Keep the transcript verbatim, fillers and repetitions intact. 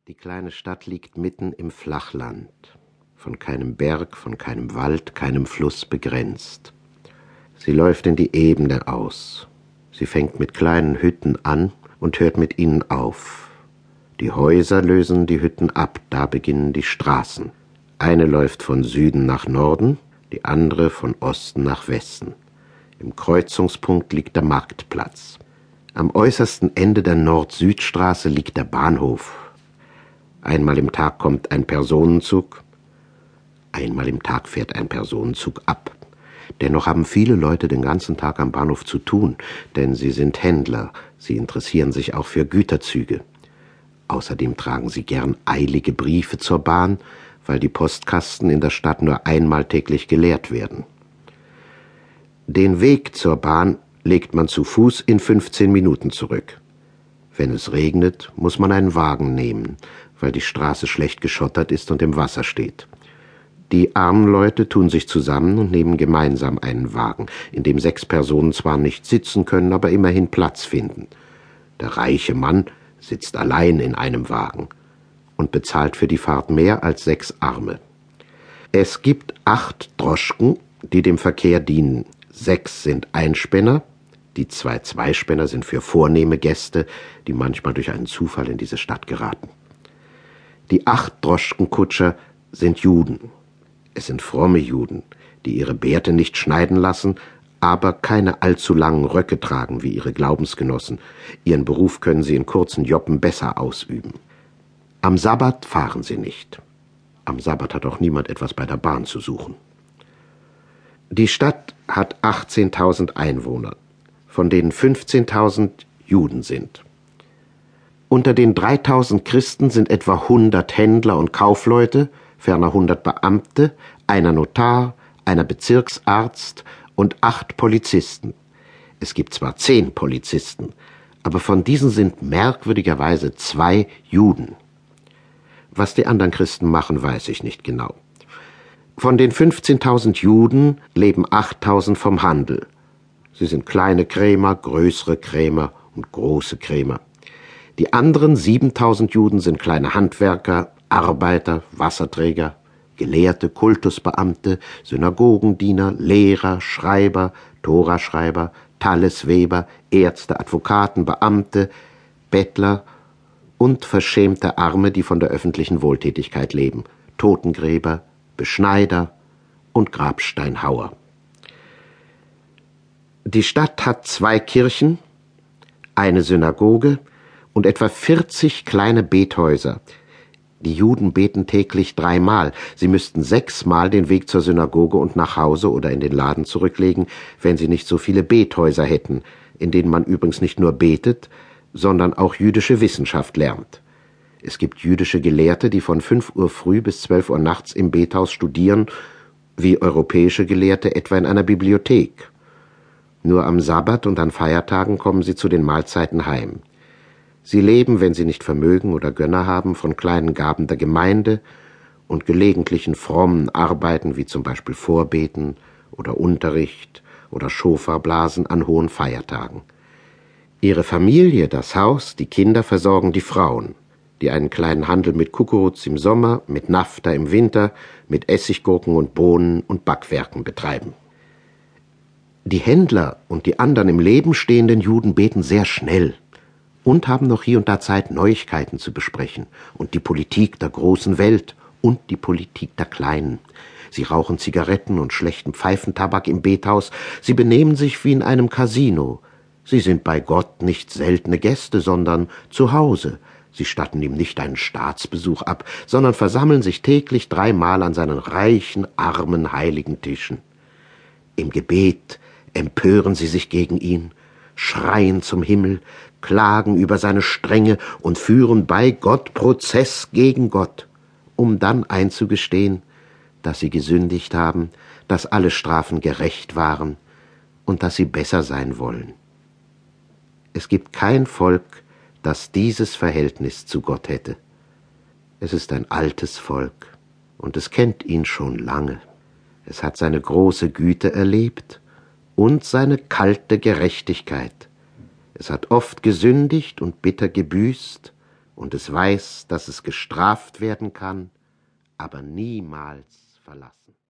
Die kleine Stadt liegt mitten im Flachland, von keinem Berg, von keinem Wald, keinem Fluss begrenzt. Sie läuft in die Ebene aus. Sie fängt mit kleinen Hütten an und hört mit ihnen auf. Die Häuser lösen die Hütten ab, da beginnen die Straßen. Eine läuft von Süden nach Norden, die andere von Osten nach Westen. Im Kreuzungspunkt liegt der Marktplatz. Am äußersten Ende der Nord-Süd-Straße liegt der Bahnhof. Einmal im Tag kommt ein Personenzug, einmal im Tag fährt ein Personenzug ab. Dennoch haben viele Leute den ganzen Tag am Bahnhof zu tun, denn sie sind Händler, sie interessieren sich auch für Güterzüge. Außerdem tragen sie gern eilige Briefe zur Bahn, weil die Postkasten in der Stadt nur einmal täglich geleert werden. Den Weg zur Bahn legt man zu Fuß in fünfzehn Minuten zurück. Wenn es regnet, muss man einen Wagen nehmen, weil die Straße schlecht geschottert ist und im Wasser steht. Die armen Leute tun sich zusammen und nehmen gemeinsam einen Wagen, in dem sechs Personen zwar nicht sitzen können, aber immerhin Platz finden. Der reiche Mann sitzt allein in einem Wagen und bezahlt für die Fahrt mehr als sechs Arme. Es gibt acht Droschken, die dem Verkehr dienen. Sechs sind Einspänner, die zwei Zweispänner sind für vornehme Gäste, die manchmal durch einen Zufall in diese Stadt geraten. Die acht Droschkenkutscher sind Juden. Es sind fromme Juden, die ihre Bärte nicht schneiden lassen, aber keine allzu langen Röcke tragen wie ihre Glaubensgenossen. Ihren Beruf können sie in kurzen Joppen besser ausüben. Am Sabbat fahren sie nicht. Am Sabbat hat auch niemand etwas bei der Bahn zu suchen. Die Stadt hat achtzehntausend Einwohner, von denen fünfzehntausend Juden sind. Unter den dreitausend Christen sind etwa hundert Händler und Kaufleute, ferner hundert Beamte, einer Notar, einer Bezirksarzt und acht Polizisten. Es gibt zwar zehn Polizisten, aber von diesen sind merkwürdigerweise zwei Juden. Was die anderen Christen machen, weiß ich nicht genau. Von den fünfzehntausend Juden leben achttausend vom Handel. Sie sind kleine Krämer, größere Krämer und große Krämer. Die anderen siebentausend Juden sind kleine Handwerker, Arbeiter, Wasserträger, Gelehrte, Kultusbeamte, Synagogendiener, Lehrer, Schreiber, Toraschreiber, Tallesweber, Ärzte, Advokaten, Beamte, Bettler und verschämte Arme, die von der öffentlichen Wohltätigkeit leben, Totengräber, Beschneider und Grabsteinhauer. Die Stadt hat zwei Kirchen, eine Synagoge und etwa vierzig kleine Bethäuser. Die Juden beten täglich dreimal. Sie müssten sechsmal den Weg zur Synagoge und nach Hause oder in den Laden zurücklegen, wenn sie nicht so viele Bethäuser hätten, in denen man übrigens nicht nur betet, sondern auch jüdische Wissenschaft lernt. Es gibt jüdische Gelehrte, die von fünf Uhr früh bis zwölf Uhr nachts im Bethaus studieren, wie europäische Gelehrte etwa in einer Bibliothek. Nur am Sabbat und an Feiertagen kommen sie zu den Mahlzeiten heim. Sie leben, wenn sie nicht Vermögen oder Gönner haben, von kleinen Gaben der Gemeinde und gelegentlichen frommen Arbeiten wie zum Beispiel Vorbeten oder Unterricht oder Schofarblasen an hohen Feiertagen. Ihre Familie, das Haus, die Kinder versorgen die Frauen, die einen kleinen Handel mit Kukuruz im Sommer, mit Nafta im Winter, mit Essiggurken und Bohnen und Backwerken betreiben. Die Händler und die anderen im Leben stehenden Juden beten sehr schnell und haben noch hier und da Zeit, Neuigkeiten zu besprechen und die Politik der großen Welt und die Politik der Kleinen. Sie rauchen Zigaretten und schlechten Pfeifentabak im Bethaus, sie benehmen sich wie in einem Casino. Sie sind bei Gott nicht seltene Gäste, sondern zu Hause. Sie statten ihm nicht einen Staatsbesuch ab, sondern versammeln sich täglich dreimal an seinen reichen, armen, heiligen Tischen. Im Gebet empören sie sich gegen ihn, schreien zum Himmel, klagen über seine Strenge und führen bei Gott Prozess gegen Gott, um dann einzugestehen, dass sie gesündigt haben, dass alle Strafen gerecht waren und dass sie besser sein wollen. Es gibt kein Volk, das dieses Verhältnis zu Gott hätte. Es ist ein altes Volk und es kennt ihn schon lange. Es hat seine große Güte erlebt und seine kalte Gerechtigkeit. Es hat oft gesündigt und bitter gebüßt und es weiß, dass es gestraft werden kann, aber niemals verlassen.